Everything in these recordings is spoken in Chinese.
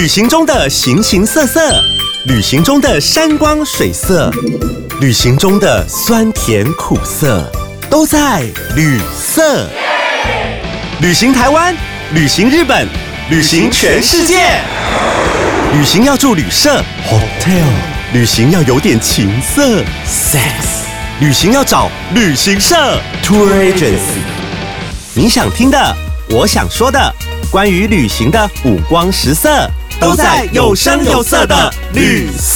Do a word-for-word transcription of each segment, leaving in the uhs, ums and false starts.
旅行中的形形色色，旅行中的山光水色，旅行中的酸甜苦涩，都在旅色。旅行台湾，旅行日本，旅行全世界。旅行要住旅社 Hotel， 旅行要有点情色 Sex， 旅行要找旅行社 Tour Agency。你想听的，我想说的，关于旅行的五光十色，都在有声有色的旅色。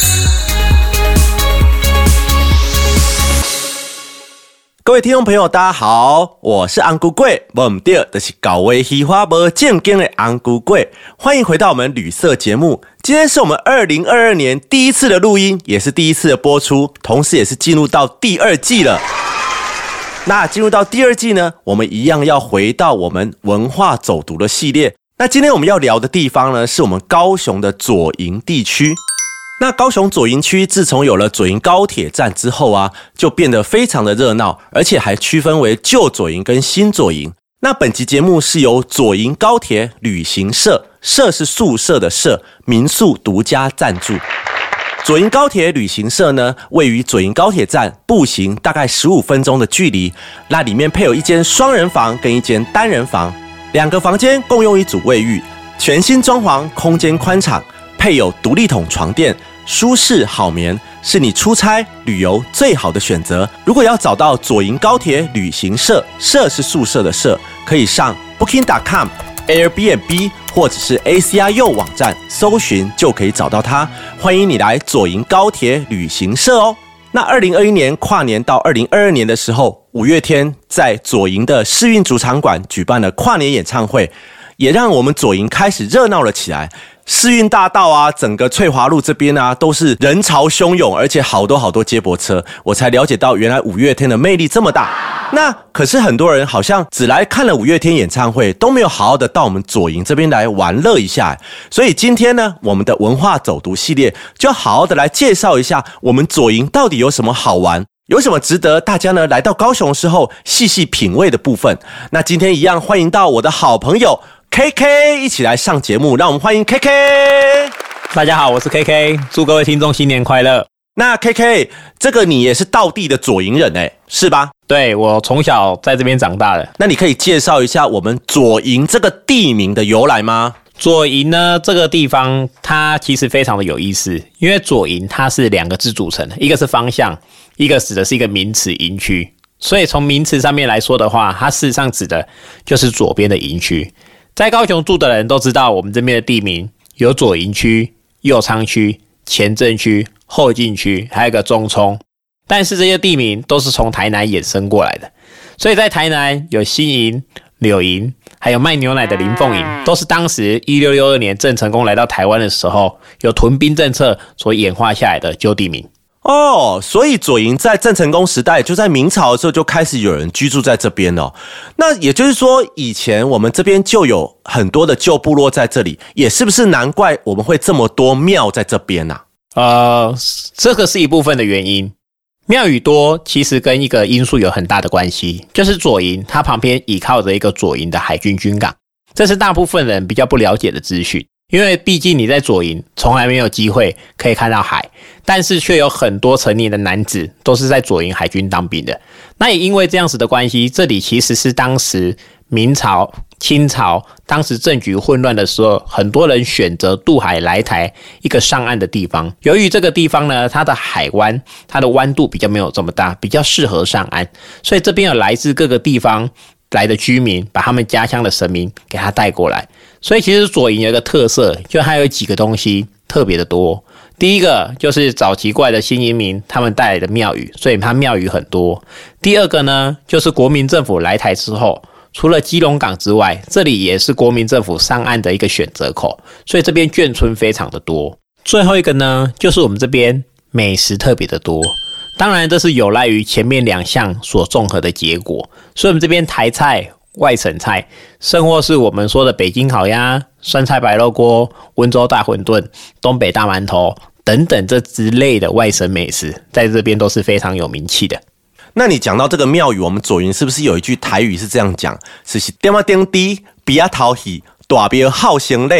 各位听众朋友，大家好，我是红龟粿，无唔对，就是搞话戏话无正经的红龟粿。欢迎回到我们旅色节目，今天是我们二零二二年第一次的录音，也是第一次的播出，同时也是进入到第二季了。那进入到第二季呢，我们一样要回到我们文化走读的系列。那今天我们要聊的地方呢，是我们高雄的左营地区。那高雄左营区自从有了左营高铁站之后啊，就变得非常的热闹，而且还区分为旧左营跟新左营。那本期节目是由左营高铁旅行社，社是宿舍的社，民宿独家赞助。左营高铁旅行社呢，位于左营高铁站，步行大概十五分钟的距离。那里面配有一间双人房跟一间单人房，两个房间共用一组卫浴，全新装潢，空间宽敞，配有独立筒床垫，舒适好眠，是你出差旅游最好的选择。如果要找到左营高铁旅行社，社是宿舍的社，可以上 Booking 点 com、Airbnb 或者是 A C R U 网站搜寻就可以找到它。欢迎你来左营高铁旅行社哦。那二零二一年跨年到二零二二年的时候，五月天在左营的世运主场馆举办了跨年演唱会，也让我们左营开始热闹了起来。世运大道啊，整个翠华路这边啊，都是人潮汹涌，而且好多好多接驳车，我才了解到原来五月天的魅力这么大。那可是很多人好像只来看了五月天演唱会，都没有好好的到我们左营这边来玩乐一下。所以今天呢，我们的文化走读系列就好好的来介绍一下我们左营到底有什么好玩，有什么值得大家呢来到高雄的时候细细品味的部分。那今天一样欢迎到我的好朋友K K 一起来上节目，让我们欢迎 K K。 大家好，我是 K K， 祝各位听众新年快乐。 那 K K， 这个你也是道地的左营人诶，是吧？ 对，我从小在这边长大的。 那你可以介绍一下我们左营这个地名的由来吗？ 左营呢，这个地方它其实非常的有意思，因为左营它是两个字组成的，一个是方向，一个指的是一个名词营区。所以从名词上面来说的话，它事实上指的就是左边的营区。在高雄住的人都知道，我们这边的地名有左营区、右昌区、前镇区、后进区，还有一个中冲。但是这些地名都是从台南衍生过来的，所以在台南有新营、柳营，还有卖牛奶的林凤营，都是当时一六六二年郑成功来到台湾的时候，有屯兵政策所演化下来的旧地名。 哦，所以左营在郑成功时代，就在明朝的时候就开始有人居住在这边哦。那也就是说，以前我们这边就有很多的旧部落在这里，也是不是难怪我们会这么多庙在这边啊？ 呃，这个是一部分的原因。庙宇多其实跟一个因素有很大的关系，就是左营它旁边倚靠着一个左营的海军军港，这是大部分人比较不了解的资讯。因为毕竟你在左营从来没有机会可以看到海，但是却有很多成年的男子都是在左营海军当兵的。那也因为这样子的关系，这里其实是当时明朝、清朝当时政局混乱的时候，很多人选择渡海来台一个上岸的地方。由于这个地方呢，它的海湾它的弯度比较没有这么大，比较适合上岸，所以这边有来自各个地方来的居民，把他们家乡的神明给他带过来。所以其实左营有一个特色，就还有几个东西特别的多。第一个就是早期过来的新移民他们带来的庙宇，所以它庙宇很多。第二个呢，就是国民政府来台之后，除了基隆港之外，这里也是国民政府上岸的一个选择口，所以这边眷村非常的多。最后一个呢，就是我们这边美食特别的多。当然这是有赖于前面两项所综合的结果，所以我们这边台菜、外省菜，甚或是我们说的北京烤鸭、酸菜白肉锅、温州大馄饨、东北大馒头等等这之类的外省美食，在这边都是非常有名气的。 那你讲到这个庙宇，我们左营是不是有一句台语是这样讲？是点啊点滴，比啊讨喜，大庙好生礼，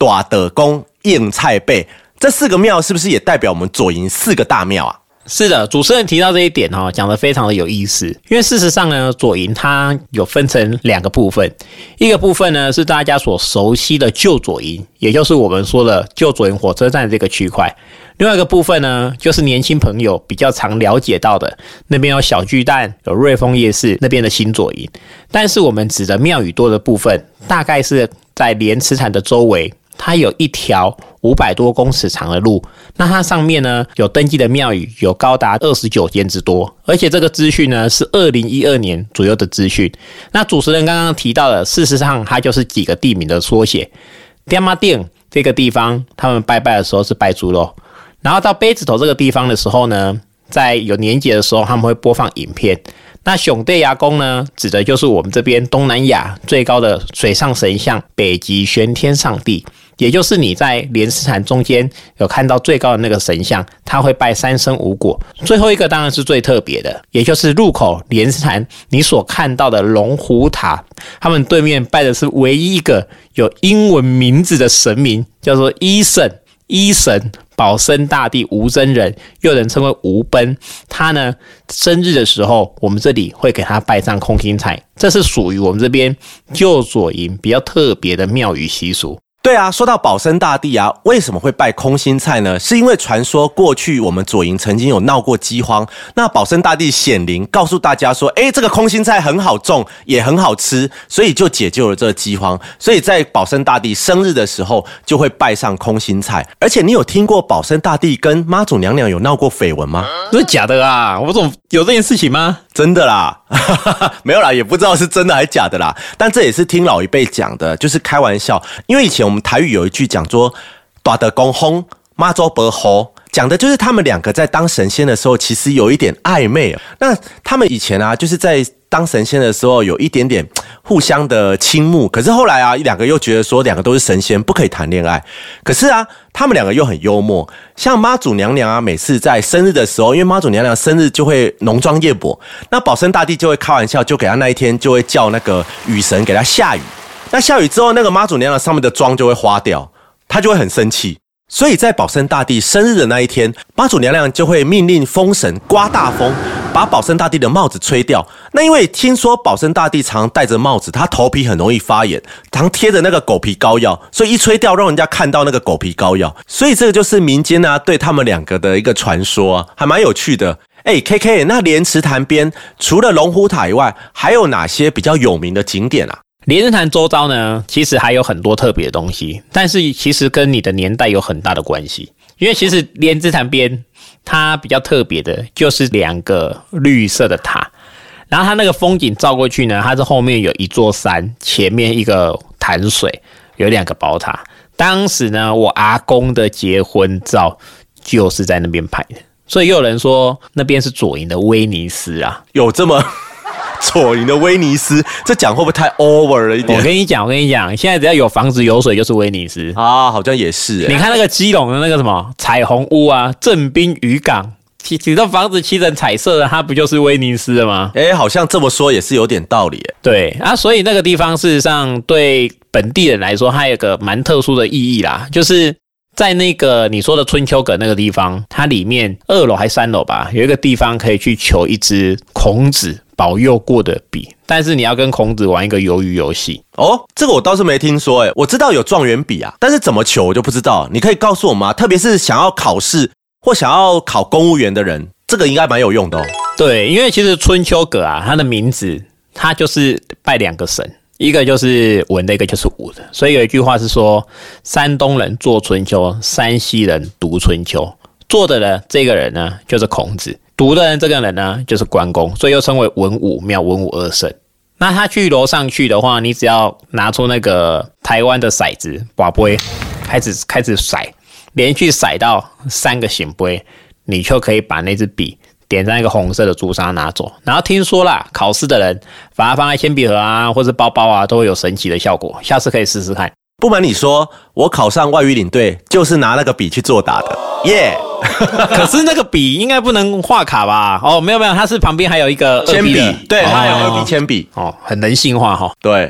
大德宫、应菜贝，这四个庙是不是也代表我们左营四个大庙啊？ 是的，主持人提到这一点哈，讲得非常的有意思。因为事实上呢，左营它有分成两个部分，一个部分呢是大家所熟悉的旧左营，也就是我们说的旧左营火车站这个区块；另外一个部分呢，就是年轻朋友比较常了解到的，那边有小巨蛋、有瑞丰夜市那边的新左营。但是我们指的庙宇多的部分，大概是在莲池潭的周围。它有一条五百多公尺长的路，那它上面呢有登记的庙宇有高达二十九间之多，而且这个资讯呢是二零一二年左右的资讯。那主持人刚刚提到的，事实上它就是几个地名的缩写。点马店这个地方，他们拜拜的时候是拜猪肉，然后到杯子头这个地方的时候呢，在有年节的时候他们会播放影片。那熊地牙公呢，指的就是我们这边东南亚最高的水上神像北极玄天上帝，也就是你在莲池潭中间有看到最高的那个神像，他会拜三生五果。最后一个当然是最特别的，也就是入口莲池潭你所看到的龙虎塔，他们对面拜的是唯一一个有英文名字的神明，叫做伊神。医神保生大帝吴真人，又人称为吴奔，他呢生日的时候，我们这里会给他拜上空心菜，这是属于我们这边旧左营比较特别的庙宇习俗。 对啊，说到保生大帝啊，为什么会拜空心菜呢？是因为传说过去我们左营曾经有闹过饥荒，那保生大帝显灵，告诉大家说，诶，这个空心菜很好种，也很好吃，所以就解救了这个饥荒。所以在保生大帝生日的时候，就会拜上空心菜。而且你有听过保生大帝跟妈祖娘娘有闹过绯闻吗？ 这是假的啊！我怎么有这件事情吗？ 真的啦，没有啦，也不知道是真的还是假的啦。但这也是听老一辈讲的，就是开玩笑。因为以前我们台语有一句讲说“大德公轰，妈祖伯吼”，讲的就是他们两个在当神仙的时候，其实有一点暧昧。那他们以前啊，就是在当神仙的时候有一点点互相的倾慕，可是后来啊，两个又觉得说两个都是神仙，不可以谈恋爱。可是啊，他们两个又很幽默，像妈祖娘娘啊，每次在生日的时候，因为妈祖娘娘生日就会浓妆艳抹，那保生大帝就会开玩笑，就给他那一天就会叫那个雨神给他下雨。那下雨之后，那个妈祖娘娘上面的妆就会花掉，他就会很生气。所以在保生大帝生日的那一天，妈祖娘娘就会命令风神刮大风，把保生大帝的帽子吹掉。那因为听说保生大帝常戴着帽子，他头皮很容易发炎，常贴着那个狗皮膏药，所以一吹掉让人家看到那个狗皮膏药。所以这个就是民间啊对他们两个的一个传说啊，还蛮有趣的。哎 ，K K， 那莲池潭边除了龙虎塔以外，还有哪些比较有名的景点啊？ 莲池潭周遭呢，其实还有很多特别的东西，但是其实跟你的年代有很大的关系。因为其实莲池潭边它比较特别的就是两个绿色的塔，然后它那个风景照过去呢，它是后面有一座山，前面一个潭水，有两个宝塔。当时呢，我阿公的结婚照就是在那边拍的，所以又有人说那边是左营的威尼斯啊， 有这么左营的威尼斯，这讲会不会太 over 了一点？ 我跟你讲，我跟你讲，现在只要有房子有水就是威尼斯啊，好像也是、欸。 你看那个基隆的那个什么彩虹屋啊，正滨渔港，几几栋房子漆成彩色的，它不就是威尼斯的吗？ 哎、欸，好像这么说也是有点道理、欸。 对啊，所以那个地方事实上对本地人来说，它有个蛮特殊的意义啦，就是在那个你说的春秋阁那个地方，它里面二楼还三楼吧，有一个地方可以去求一支孔子保佑过的笔，但是你要跟孔子玩一个鱿鱼游戏哦。这个我倒是没听说，哎，我知道有状元笔啊，但是怎么求我就不知道。你可以告诉我吗？特别是想要考试或想要考公务员的人，这个应该蛮有用的哦。 对，因为其实春秋阁啊，它的名字它就是拜两个神，一个就是文的，一个就是武的。所以有一句话是说，山东人做春秋，山西人读春秋。做的人这个人呢，就是孔子。读的人这个人呢，就是关公，所以又称为文武庙文武二圣。那他去楼上去的话，你只要拿出那个台湾的骰子，拔杯，开始开始骰，连续骰到三个醒杯，你就可以把那支笔点上一个红色的朱砂拿走。然后听说啦，考试的人把它放在铅笔盒啊，或是包包啊，都会有神奇的效果。下次可以试试看。 不瞒你说，我考上外语领队就是拿那个笔去作答的，耶、yeah! 可是那个笔应该不能画卡吧？哦，没有没有，它是旁边还有一个铅笔， 对，它还有二 B 铅笔， 哦，很人性化哈、哦。 对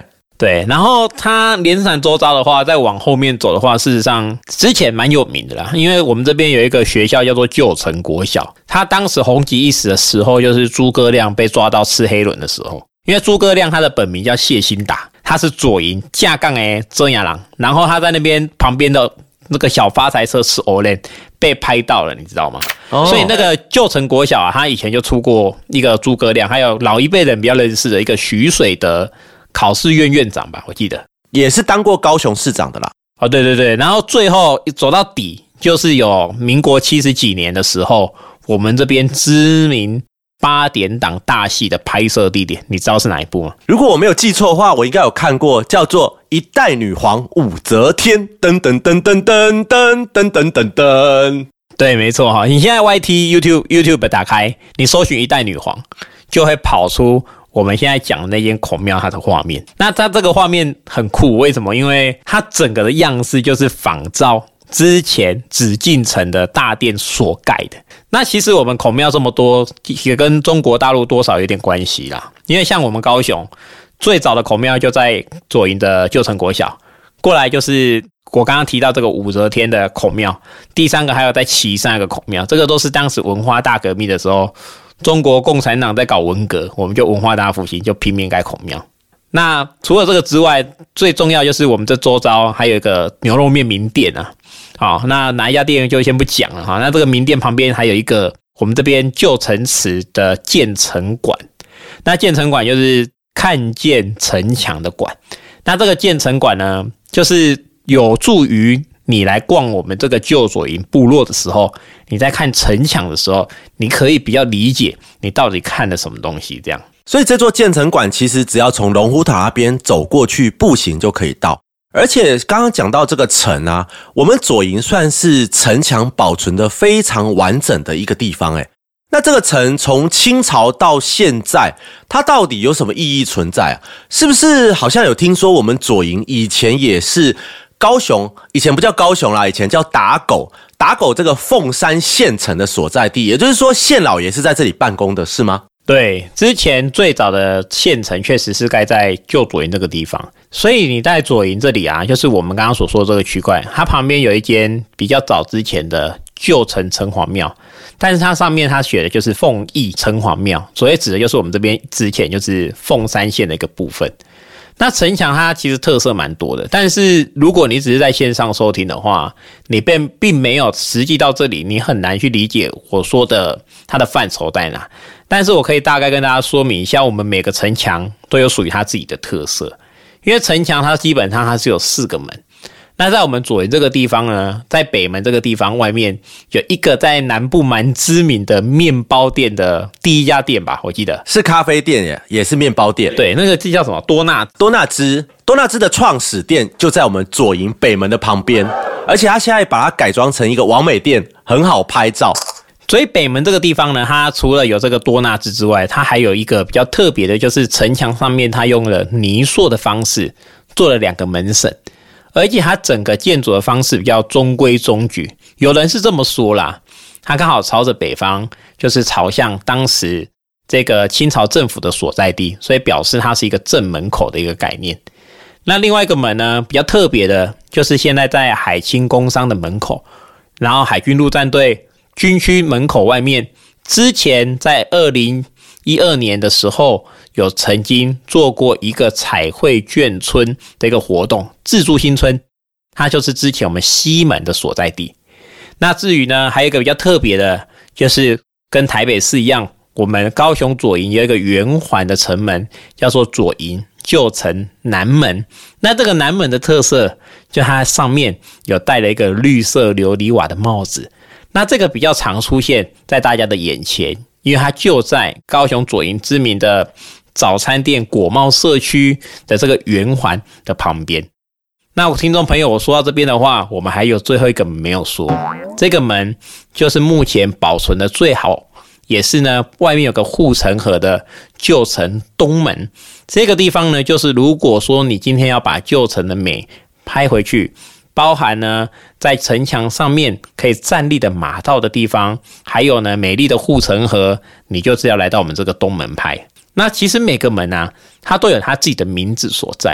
对，然后它连山周遭的话，再往后面走的话，事实上之前蛮有名的啦，因为我们这边有一个学校叫做旧城国小，它当时红极一时的时候，就是诸葛亮被抓到吃黑轮的时候。因为诸葛亮他的本名叫谢兴达，他是左营架杠的遮亚郎，然后他在那边旁边的那个小发财车吃 Olen 被拍到了，你知道吗？哦、所以那个旧城国小啊，他以前就出过一个诸葛亮，还有老一辈人比较认识的一个徐水的考试院院长吧，我记得也是当过高雄市长的啦。 哦，对对对，然后最后走到底，就是有民国七十几年的时候，我们这边知名八点档大戏的拍摄地点，你知道是哪一部吗？ 如果我没有记错的话，我应该有看过，叫做《一代女皇武则天》。噔噔噔噔噔噔噔噔噔噔。 对，没错哈。你现在 Y T、YouTube、YouTube 打开，你搜寻“一代女皇”，就会跑出我们现在讲的那间孔庙它的画面。那它这个画面很酷，为什么？因为它整个的样式就是仿照之前紫禁城的大殿所盖的。那其实我们孔庙这么多，也跟中国大陆多少有点关系啦。因为像我们高雄最早的孔庙就在左营的旧城国小，过来就是我刚刚提到这个武则天的孔庙，第三个还有在旗山那个孔庙，这个都是当时文化大革命的时候，中国共产党在搞文革，我们就文化大复兴就拼命盖孔庙。那除了这个之外，最重要就是我们这周遭还有一个牛肉面名店啊。好，那哪一家店就先不讲了哈。那这个名店旁边还有一个我们这边旧城池的建城馆，那建城馆就是看见城墙的馆。那这个建城馆呢，就是有助于你来逛我们这个旧左营部落的时候，你在看城墙的时候，你可以比较理解你到底看了什么东西这样。 所以这座建城馆其实只要从龙虎塔那边走过去，步行就可以到。而且刚刚讲到这个城啊，我们左营算是城墙保存的非常完整的一个地方诶。那这个城从清朝到现在，它到底有什么意义存在啊？是不是好像有听说我们左营以前也是高雄，以前不叫高雄啦，以前叫打狗，打狗这个凤山县城的所在地，也就是说县老爷是在这里办公的，是吗？ 对，之前最早的县城确实是盖在旧左营这个地方，所以你在左营这里啊，就是我们刚刚所说的这个区块，它旁边有一间比较早之前的旧城城隍庙，但是它上面它写的就是凤义城隍庙，所以指的就是我们这边之前就是凤山县的一个部分。那城墙它其实特色蛮多的，但是如果你只是在线上收听的话，你并并没有实际到这里，你很难去理解我说的它的范畴在哪。但是我可以大概跟大家说明一下，我们每个城墙都有属于它自己的特色。因为城墙它基本上它是有四个门，那在我们左营这个地方呢，在北门这个地方外面有一个在南部蛮知名的面包店的第一家店吧，我记得是咖啡店耶，也是面包店。 对，那个字叫什么？多纳多纳兹多纳兹的创始店就在我们左营北门的旁边，而且他现在把它改装成一个网美店，很好拍照。 所以北门这个地方呢，它除了有这个多纳兹之外，它还有一个比较特别的，就是城墙上面它用了泥塑的方式做了两个门神，而且它整个建筑的方式比较中规中矩。有人是这么说啦，它刚好朝着北方，就是朝向当时这个清朝政府的所在地，所以表示它是一个正门口的一个概念。那另外一个门呢，比较特别的，就是现在在海清工商的门口，然后海军陆战队军区门口外面，之前在二零一二年的时候，有曾经做过一个彩绘眷村的一个活动，自助新村，它就是之前我们西门的所在地。那至于呢，还有一个比较特别的，就是跟台北市一样，我们高雄左营有一个圆环的城门，叫做左营旧城南门。那这个南门的特色，就它上面有戴了一个绿色琉璃瓦的帽子。那这个比较常出现在大家的眼前，因为它就在高雄左营知名的早餐店果贸社区的这个圆环的旁边。那我听众朋友，我说到这边的话，我们还有最后一个门没有说，这个门就是目前保存的最好，也是呢外面有个护城河的旧城东门。这个地方呢，就是如果说你今天要把旧城的美拍回去，包含呢在城墙上面可以站立的马道的地方，还有呢美丽的护城河，你就是要来到我们这个东门拍。那其实每个门啊，它都有它自己的名字所在。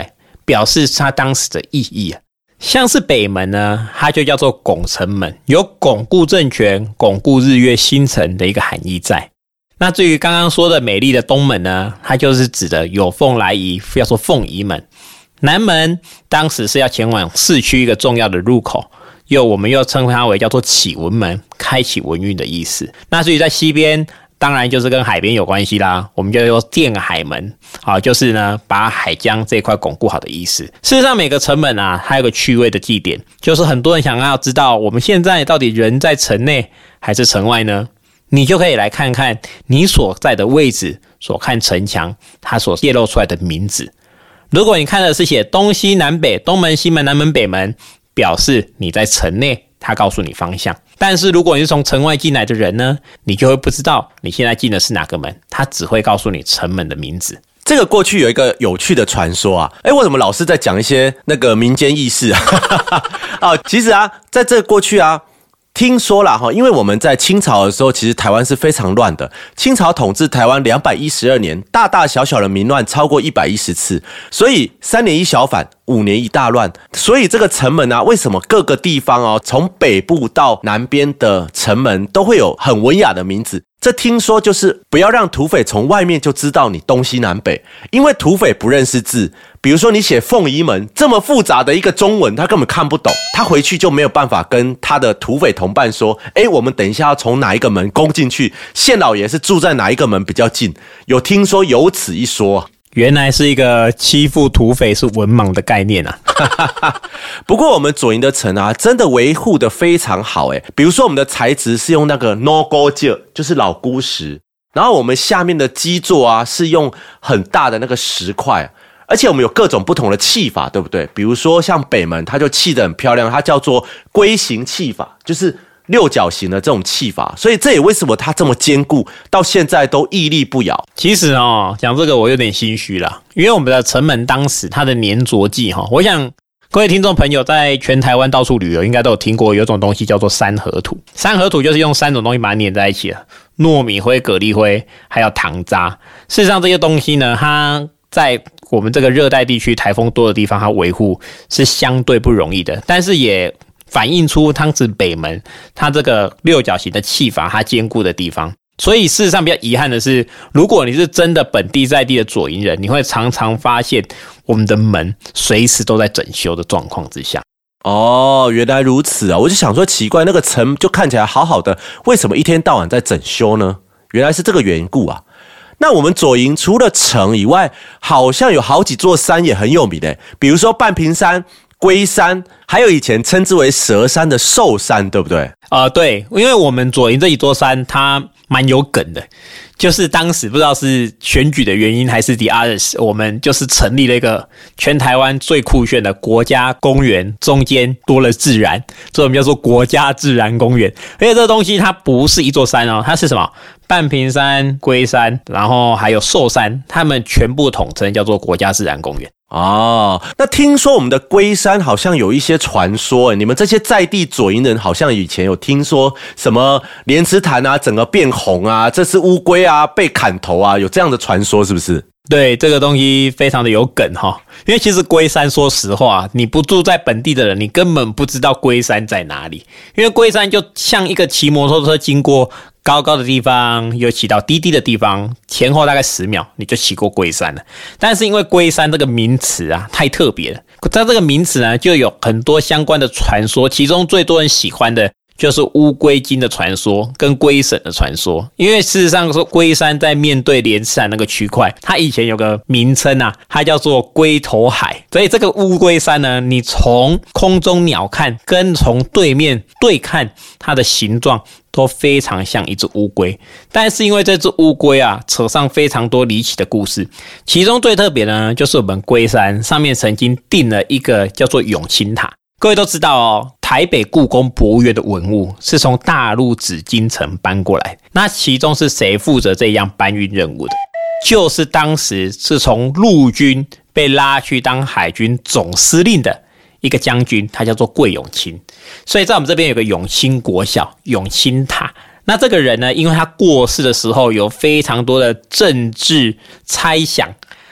表示它当时的意义啊。像是北门呢，它就叫做拱城门，有巩固政权、巩固日月星辰的一个含义在。那至于刚刚说的美丽的东门呢，它就是指的有凤来仪，叫做凤仪门。南门当时是要前往市区一个重要的入口，又我们又称它为叫做启文门，开启文运的意思。那至于在西边，当然就是跟海边有关系啦，我们就用淀海门，好，就是呢把海疆这一块巩固好的意思。事实上每个城门啊，它有个趣味的地点，就是很多人想要知道我们现在到底人在城内还是城外呢？你就可以来看看你所在的位置，所看城墙它所泄露出来的名字。如果你看的是写东西南北、东门西门南门北门，表示你在城内，它告诉你方向。但是如果你是从城外进来的人呢，你就会不知道你现在进的是哪个门，它只会告诉你城门的名字。 这个过去有一个有趣的传说啊，诶，为什么老是在讲一些那个民间轶事啊？啊，其实啊，在这个过去啊，听说啦，因为我们在清朝的时候，其实台湾是非常乱的。清朝统治台湾两百一十二年，大大小小的民乱超过一百一十次，所以三年一小反，五年一大乱。所以这个城门啊，为什么各个地方哦，从北部到南边的城门都会有很文雅的名字？这听说就是不要让土匪从外面就知道你东西南北，因为土匪不认识字。比如说你写凤仪门这么复杂的一个中文，他根本看不懂，他回去就没有办法跟他的土匪同伴说，诶，我们等一下要从哪一个门攻进去，县老爷是住在哪一个门比较近。有听说有此一说， 原来是一个欺负土匪是文盲的概念啊。 不过我们左营的城啊，真的维护的非常好诶。比如说我们的材质是用那个 no go 石，就是老钴石，然后我们下面的基座啊是用很大的那个石块，而且我们有各种不同的砌法，对不对？比如说像北门，它就砌得很漂亮，它叫做龟形砌法，就是六角形的这种砌法，所以这也为什么它这么坚固，到现在都屹立不摇。 其实哦，讲这个我有点心虚啦，因为我们的城门当时它的粘着剂哈，我想各位听众朋友在全台湾到处旅游，应该都有听过有种东西叫做三合土。三合土就是用三种东西把它粘在一起了，糯米灰、蛤蜊灰，还有糖渣。事实上这些东西呢，它在我们这个热带地区台风多的地方，它维护是相对不容易的，但是也反映出当时北门它这个六角形的砌法它坚固的地方。所以事实上比较遗憾的是，如果你是真的本地在地的左营人，你会常常发现我们的门随时都在整修的状况之下。 哦，原来如此啊！我就想说奇怪，那个城就看起来好好的，为什么一天到晚在整修呢？原来是这个缘故啊。那我们左营除了城以外，好像有好几座山也很有名的，比如说半屏山、龟山，还有以前称之为蛇山的寿山，对不对？ 呃，对，因为我们左营这一座山它蛮有梗的，就是当时不知道是选举的原因还是 the others， 我们就是成立了一个全台湾最酷炫的国家公园，中间多了自然，所以我们叫做国家自然公园。而且这个东西它不是一座山哦，它是什么？半屏山、龟山，然后还有寿山，它们全部统称叫做国家自然公园。 哦，那听说我们的龟山好像有一些传说，你们这些在地左营人好像以前有听说什么莲池潭啊整个变红啊，这是乌龟啊被砍头啊，有这样的传说是不是？ 对，这个东西非常的有梗哈，因为其实龟山说实话，你不住在本地的人，你根本不知道龟山在哪里，因为龟山就像一个骑摩托车经过高高的地方又骑到低低的地方，前后大概十秒你就骑过龟山了。但是因为龟山这个名词啊太特别了，在这个名词呢就有很多相关的传说，其中最多人喜欢的就是乌龟精的传说跟龟神的传说。因为事实上说龟山在面对莲池潭那个区块，它以前有个名称啊，它叫做龟头海，所以这个乌龟山呢，你从空中鸟看跟从对面对看，它的形状都非常像一只乌龟。但是因为这只乌龟啊扯上非常多离奇的故事，其中最特别的呢就是我们龟山上面曾经定了一个叫做永清塔。各位都知道哦，台北故宫博物院的文物是从大陆紫禁城搬过来，那其中是谁负责这样搬运任务的？就是当时是从陆军被拉去当海军总司令的一个将军，他叫做桂永清。所以在我们这边有个永清国小、永清塔。那这个人呢，因为他过世的时候有非常多的政治猜想，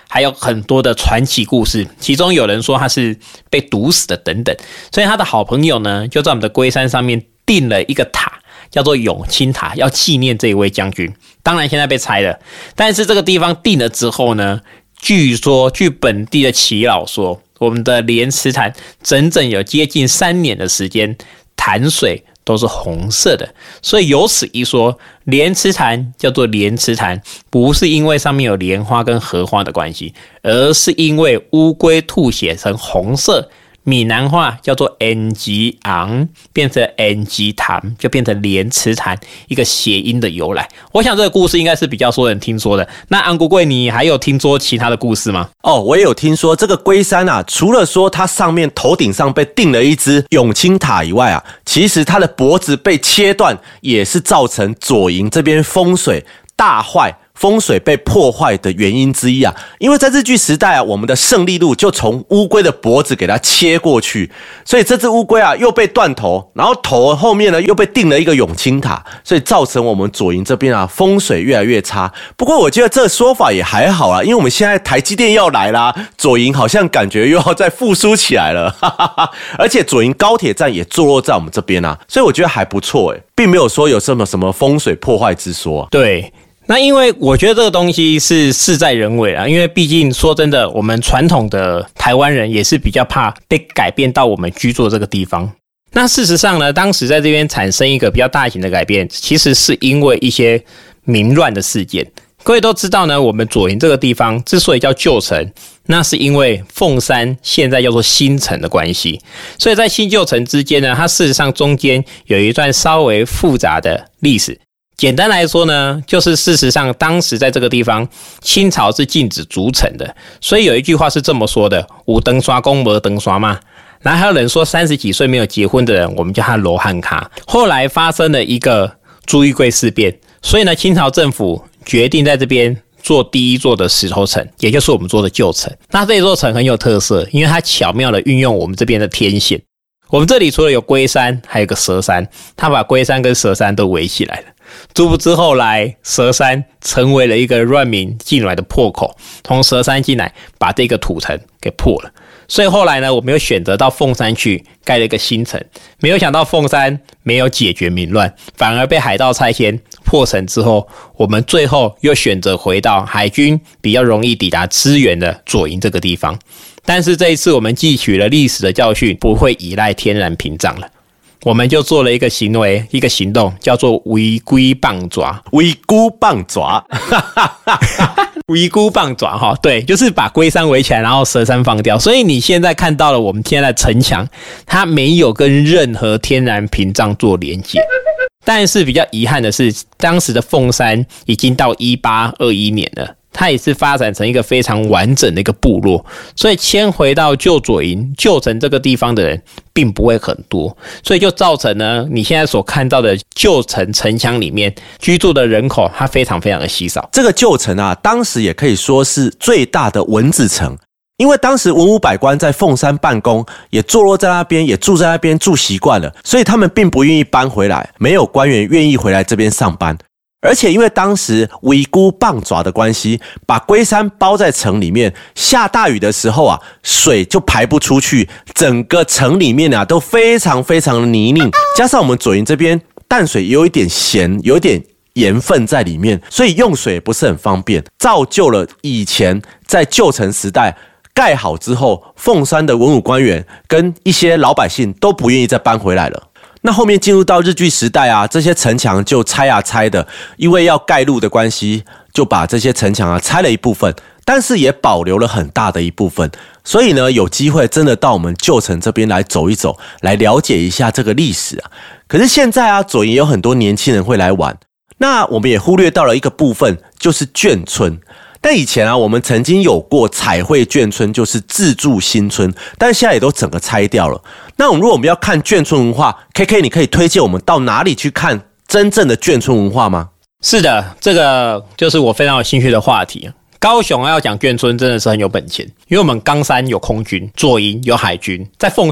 还有很多的传奇故事，其中有人说他是被毒死的等等，所以他的好朋友呢就在我们的龟山上面定了一个塔，叫做永清塔，要纪念这一位将军。当然现在被拆了，但是这个地方定了之后呢，据说据本地的耆老说，我们的莲池潭整整有接近三年的时间，潭水都是红色的，所以有此一说，莲池潭叫做莲池潭，不是因为上面有莲花跟荷花的关系，而是因为乌龟吐血成红色，闽南话叫做恩吉昂，变成恩吉潭，就变成莲池潭，一个谐音的由来。我想这个故事应该是比较多人听说的。那安国贵，你还有听说其他的故事吗？ 哦，我也有听说这个龟山啊，除了说它上面头顶上被钉了一只永清塔以外啊，其实它的脖子被切断，也是造成左营这边风水大坏。风水被破坏的原因之一啊，因为在日据时代啊，我们的胜利路就从乌龟的脖子给它切过去，所以这只乌龟啊又被断头，然后头后面呢又被钉了一个永清塔，所以造成我们左营这边啊风水越来越差。不过我觉得这个说法也还好啦，因为我们现在台积电要来啦，左营好像感觉又要再复苏起来了，哈哈哈。而且左营高铁站也坐落在我们这边啊，所以我觉得还不错诶，并没有说有什么什么风水破坏之说啊。 对。那因为我觉得这个东西是事在人为啦，因为毕竟说真的，我们传统的台湾人也是比较怕被改变到我们居住的这个地方。那事实上呢，当时在这边产生一个比较大型的改变，其实是因为一些民乱的事件。各位都知道呢，我们左营这个地方之所以叫旧城，那是因为凤山现在叫做新城的关系，所以在新旧城之间呢，它事实上中间有一段稍微复杂的历史。简单来说呢，就是事实上当时在这个地方，清朝是禁止筑城的，所以有一句话是这么说的：有登刷公没登刷嘛。然后还有人说三十几岁没有结婚的人，我们叫他罗汉咖。后来发生了一个朱一贵事变，所以呢，清朝政府决定在这边做第一座的石头城，也就是我们做的旧城。那这座城很有特色，因为它巧妙的运用我们这边的天险。我们这里除了有龟山，还有个蛇山，它把龟山跟蛇山都围起来了。殊不知后来蛇山成为了一个乱民进来的破口，从蛇山进来把这个土城给破了。所以后来呢，我们又选择到凤山去盖了一个新城，没有想到凤山没有解决民乱，反而被海盗拆迁破城之后，我们最后又选择回到海军比较容易抵达支援的左营这个地方。但是这一次我们汲取了历史的教训，不会依赖天然屏障了，我们就做了一个行为，一个行动，叫做围龟棒爪。 围龟棒爪， 围龟棒爪哈，对，就是把龟山围起来，然后蛇山放掉。所以你现在看到了我们现在的城墙，它没有跟任何天然屏障做连接。但是比较遗憾的是，当时的凤山已经到一八二一年了。它也是发展成一个非常完整的一个部落，所以迁回到旧左营、旧城这个地方的人并不会很多，所以就造成呢，你现在所看到的旧城城墙里面居住的人口，它非常非常的稀少。 这个旧城啊，当时也可以说是最大的文字城，因为当时文武百官在凤山办公，也坐落在那边，也住在那边住习惯了，所以他们并不愿意搬回来，没有官员愿意回来这边上班。而且因为当时围龟棒爪的关系，把龟山包在城里面，下大雨的时候啊，水就排不出去，整个城里面啊都非常非常的泥泞，加上我们左营这边淡水有一点咸，有一点盐分在里面，所以用水不是很方便，造就了以前在旧城时代盖好之后，凤山的文武官员跟一些老百姓都不愿意再搬回来了。那后面进入到日据时代啊，这些城墙就拆啊拆的，因为要盖路的关系，就把这些城墙啊拆了一部分，但是也保留了很大的一部分。所以呢，有机会真的到我们旧城这边来走一走，来了解一下这个历史啊。可是现在啊，左营有很多年轻人会来玩，那我们也忽略到了一个部分，就是眷村。但以前啊，我们曾经有过彩绘眷村，就是自助新村，但现在也都整个拆掉了。那我们如果我们要看眷村文化 ，K K 你可以推荐我们到哪里去看真正的眷村文化吗？ 是的，这个就是我非常有兴趣的话题。高雄要讲眷村真的是很有本钱，因为我们冈山有空军，左营有海军，在凤山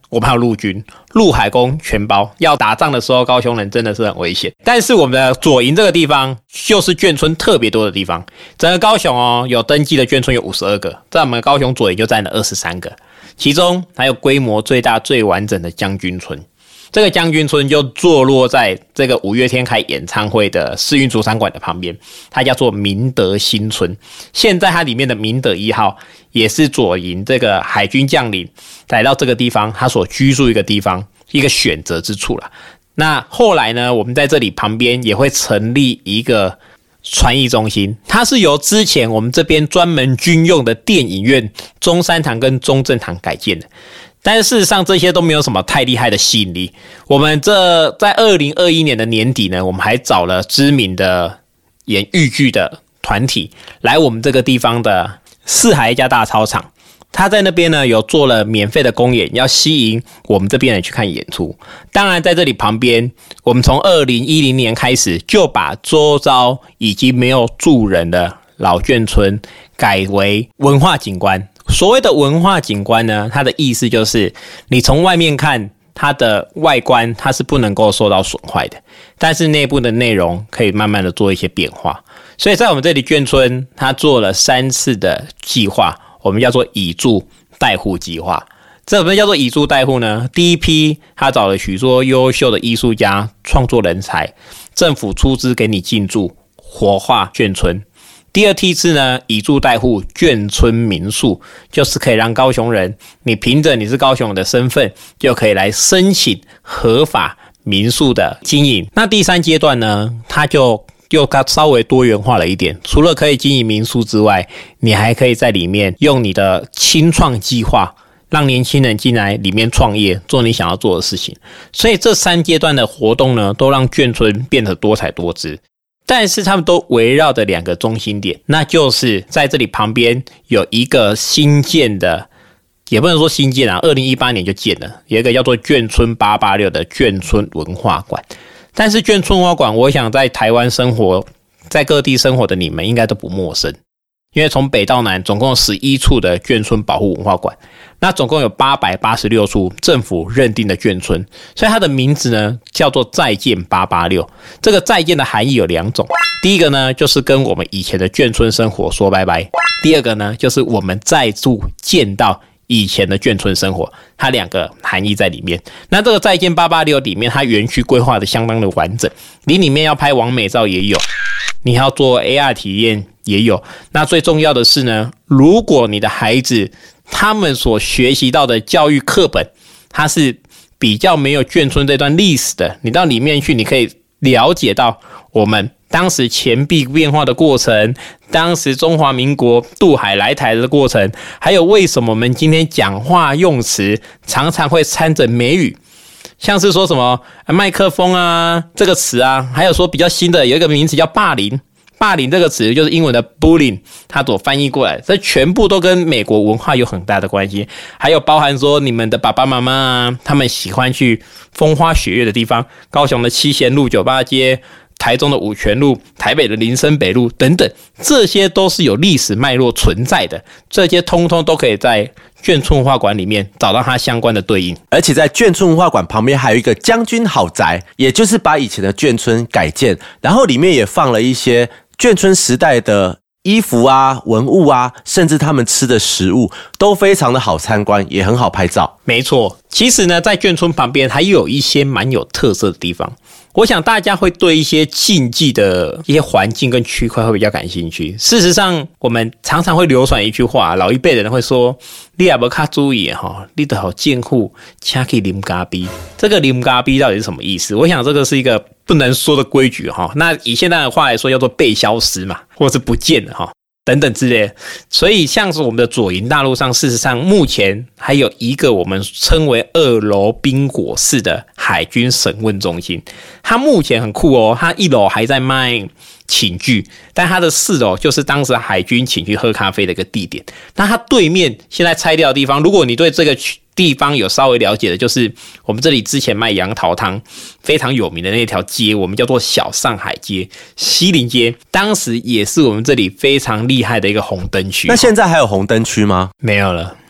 我们还有陆军，陆海空全包。要打仗的时候，高雄人真的是很危险。但是我们的左营这个地方，就是眷村特别多的地方。整个高雄哦，有登记的眷村有五十二个，在我们高雄左营就占了二十三个，其中还有规模最大、最完整的将军村。这个将军村就坐落在这个五月天开演唱会的世运主场馆的旁边，它叫做明德新村。现在它里面的明德一号也是左营这个海军将领来到这个地方，他所居住一个地方，一个选择之处啦。那后来呢，我们在这里旁边也会成立一个传艺中心，它是由之前我们这边专门军用的电影院中山堂跟中正堂改建的。但是事实上这些都没有什么太厉害的吸引力。我们这在二零二一年的年底呢，我们还找了知名的演豫剧的团体来我们这个地方的四海一家大操场，他在那边呢有做了免费的公演，要吸引我们这边人去看演出。当然在这里旁边，我们从二零一零年开始就把周遭已经没有住人的老眷村改为文化景观。所谓的文化景观呢，它的意思就是你从外面看它的外观，它是不能够受到损坏的，但是内部的内容可以慢慢的做一些变化。所以在我们这里眷村，它做了三次的计划，我们叫做以住代护计划。这什么叫做以住代护呢？第一批他找了许多优秀的艺术家、创作人才，政府出资给你进驻，活化眷村。第二梯次呢，以住代护眷村民宿，就是可以让高雄人，你凭着你是高雄人的身份，就可以来申请合法民宿的经营。那第三阶段呢，它就又稍微多元化了一点，除了可以经营民宿之外，你还可以在里面用你的青创计划，让年轻人进来里面创业，做你想要做的事情。所以这三阶段的活动呢，都让眷村变得多彩多姿。但是他们都围绕着两个中心点，那就是在这里旁边有一个新建的，也不能说新建啊，二零一八年就建了，有一个叫做眷村八八六的眷村文化馆。但是眷村文化馆，我想在台湾生活，在各地生活的你们应该都不陌生，因为从北到南总共有十一处的眷村保护文化馆，那总共有八百八十六处政府认定的眷村，所以它的名字呢叫做再建八八六。这个再建的含义有两种，第一个呢就是跟我们以前的眷村生活说拜拜，第二个呢就是我们再度见到以前的眷村生活，它两个含义在里面。那这个再建八八六里面，它园区规划的相当的完整，你里面要拍完美照也有，你要做 A R 体验也有。那最重要的是呢，如果你的孩子他们所学习到的教育课本，它是比较没有眷村这段历史的，你到里面去，你可以了解到我们当时钱币变化的过程，当时中华民国渡海来台的过程，还有为什么我们今天讲话用词常常会掺着美语，像是说什么麦克风啊这个词啊，还有说比较新的有一个名词叫霸凌，霸凌这个词就是英文的 bullying， 它所翻译过来，这全部都跟美国文化有很大的关系。还有包含说你们的爸爸妈妈啊，他们喜欢去风花雪月的地方，高雄的七贤路、酒吧街，台中的五权路，台北的林森北路等等，这些都是有历史脉络存在的，这些通通都可以在眷村文化馆里面找到它相关的对应。 而且在眷村文化馆旁边还有一个将军豪宅，也就是把以前的眷村改建，然后里面也放了一些眷村时代的衣服啊、文物啊，甚至他们吃的食物都非常的好参观，也很好拍照。 没错，其实呢，在眷村旁边还有一些蛮有特色的地方。我想大家会对一些禁忌的一些环境跟区块会比较感兴趣。事实上，我们常常会流传一句话，老一辈的人会说：“你也不卡注意哈，你得好监护，请去啉咖啡。”这个啉咖啡到底是什么意思？我想这个是一个不能说的规矩哈。那以现在的话来说，叫做被消失嘛，或是不见了哈。等等之类的。所以像是我们的左营大路上，事实上目前还有一个我们称为二楼冰果室的海军审问中心，它目前很酷哦，它一楼还在卖寝具，但它的四楼就是当时海军请去喝咖啡的一个地点。那它对面现在拆掉的地方，如果你对这个地方有稍微了解的，就是我们这里之前卖杨桃汤非常有名的那条街，我们叫做小上海街、西林街，当时也是我们这里非常厉害的一个红灯区。 那现在还有红灯区吗？ 没有了，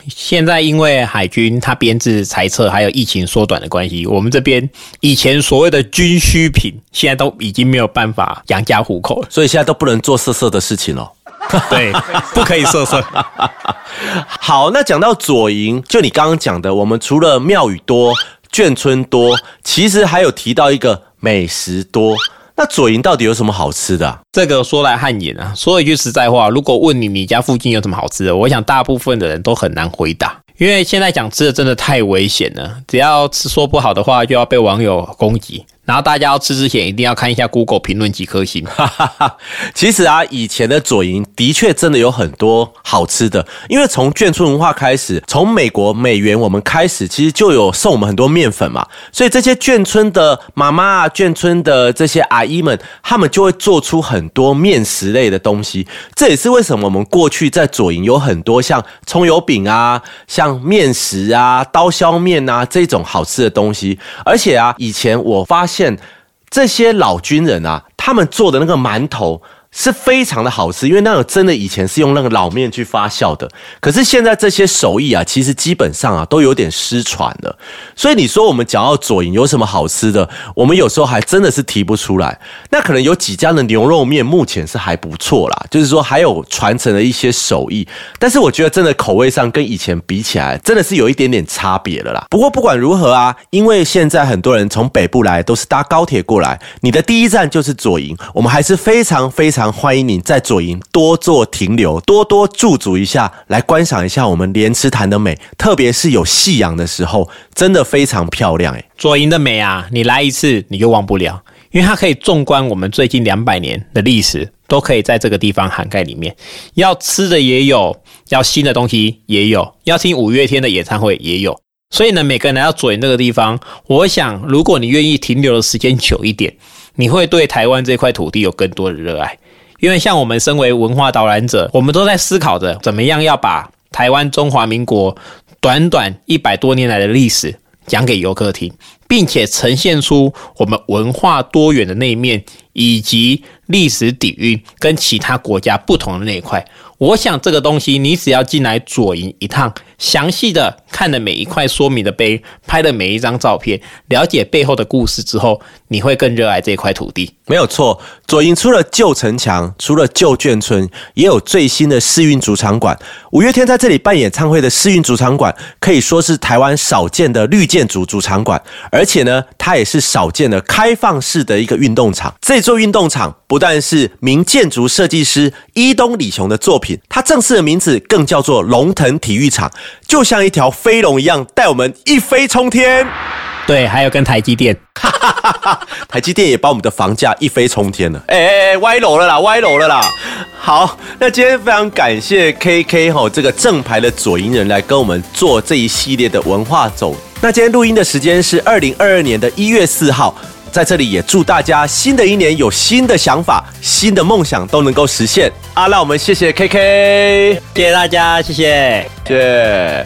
现在因为海军它编制裁撤，还有疫情缩短的关系，我们这边以前所谓的军需品，现在都已经没有办法养家糊口了， 所以现在都不能做色色的事情了。 对，不可以色色。 好，那讲到左营，就你刚刚讲的，我们除了庙宇多、眷村多，其实还有提到一个美食多。那左营到底有什么好吃的啊？ 这个说来汗颜啊，说一句实在话，如果问你你家附近有什么好吃的，我想大部分的人都很难回答，因为现在讲吃的真的太危险了，只要吃说不好的话，就要被网友攻击。然后大家要吃之前一定要看一下 Google 评论几颗星。 其实啊，以前的左营的确真的有很多好吃的，因为从眷村文化开始，从美国美元我们开始，其实就有送我们很多面粉嘛，所以这些眷村的妈妈啊，眷村的这些阿姨们，他们就会做出很多面食类的东西。这也是为什么我们过去在左营有很多像葱油饼啊、像面食啊、刀削面啊这种好吃的东西。而且啊，以前我发现这些老军人啊，他们做的那个馒头是非常的好吃，因为那个真的以前是用那个老面去发酵的。可是现在这些手艺啊，其实基本上啊都有点失传了。所以你说我们讲到左营有什么好吃的，我们有时候还真的是提不出来。那可能有几家的牛肉面目前是还不错啦，就是说还有传承了一些手艺。但是我觉得真的口味上跟以前比起来，真的是有一点点差别了啦。不过不管如何啊，因为现在很多人从北部来都是搭高铁过来，你的第一站就是左营，我们还是非常非常欢迎你在左营多做停留，多多驻足一下，来观赏一下我们莲池潭的美，特别是有夕阳的时候，真的非常漂亮耶。 左营的美啊，你来一次你就忘不了，因为它可以纵观我们最近两百年的历史，都可以在这个地方涵盖里面。要吃的也有，要新的东西也有，要听五月天的演唱会也有。所以呢，每个人来到左营这个地方，我想如果你愿意停留的时间久一点，你会对台湾这块土地有更多的热爱。因为像我们身为文化导览者，我们都在思考着怎么样要把台湾中华民国短短一百多年来的历史讲给游客听，并且呈现出我们文化多元的那一面，以及历史底蕴跟其他国家不同的那一块。我想这个东西你只要进来左营一趟，详细的看了每一块说明的碑，拍了每一张照片，了解背后的故事之后，你会更热爱这块土地。 没有错，左营除了旧城墙，除了旧眷村，也有最新的世运主场馆。五月天在这里办演唱会的世运主场馆，可以说是台湾少见的绿建筑主场馆，而且呢，它也是少见的开放式的一个运动场。这座运动场不但是名建筑设计师伊东李雄的作品，它正式的名字更叫做龙腾体育场，就像一条飞龙一样，带我们一飞冲天。 对，还有跟台积电， 台积电也把我们的房价一飞冲天了。哎哎哎，歪楼了啦，歪楼了啦。好，那今天非常感谢 K K 吼这个正牌的左营人来跟我们做这一系列的文化走。那今天录音的时间是二零二二年的一月四号。在这里也祝大家新的一年有新的想法，新的梦想都能够实现啊！那我们谢谢 K K， 谢谢大家，谢谢， 谢谢。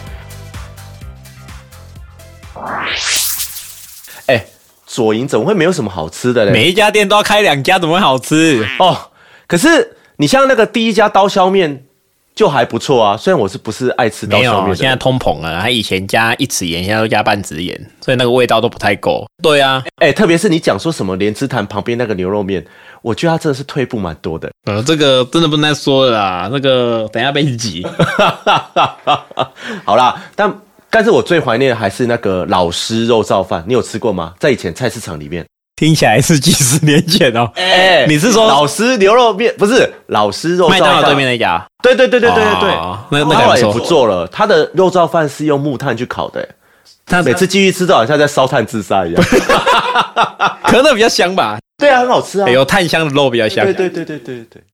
哎，左营怎么会没有什么好吃的嘞？ 每一家店都要开两家，怎么会好吃哦？可是你像那个第一家刀削面就还不错啊，虽然我是不是爱吃刀削面的， 没有，现在通膨了，他以前加一匙盐，现在都加半匙盐，所以那个味道都不太够。对啊， 哎、欸，特别是你讲说什么莲池潭旁边那个牛肉面，我觉得它真的是退步蛮多的。 呃，这个真的不能再说了啦，那个等一下被挤。 好啦，但但是我最怀念的还是那个老师肉燥饭，你有吃过吗？在以前菜市场里面。 听起来是几十年前哦。 哎、欸， 你是说老师牛肉面？不是老师肉燥饭， 麦当劳对面那家？ 对对对对对对对， 哦、那那后来也不做了。他的肉燥饭是用木炭去烤的，他每次继续吃都好像在烧炭自杀一样。 可能比较香吧？ 对啊，很好吃啊， 有炭香的肉比较香。 对对对对对对。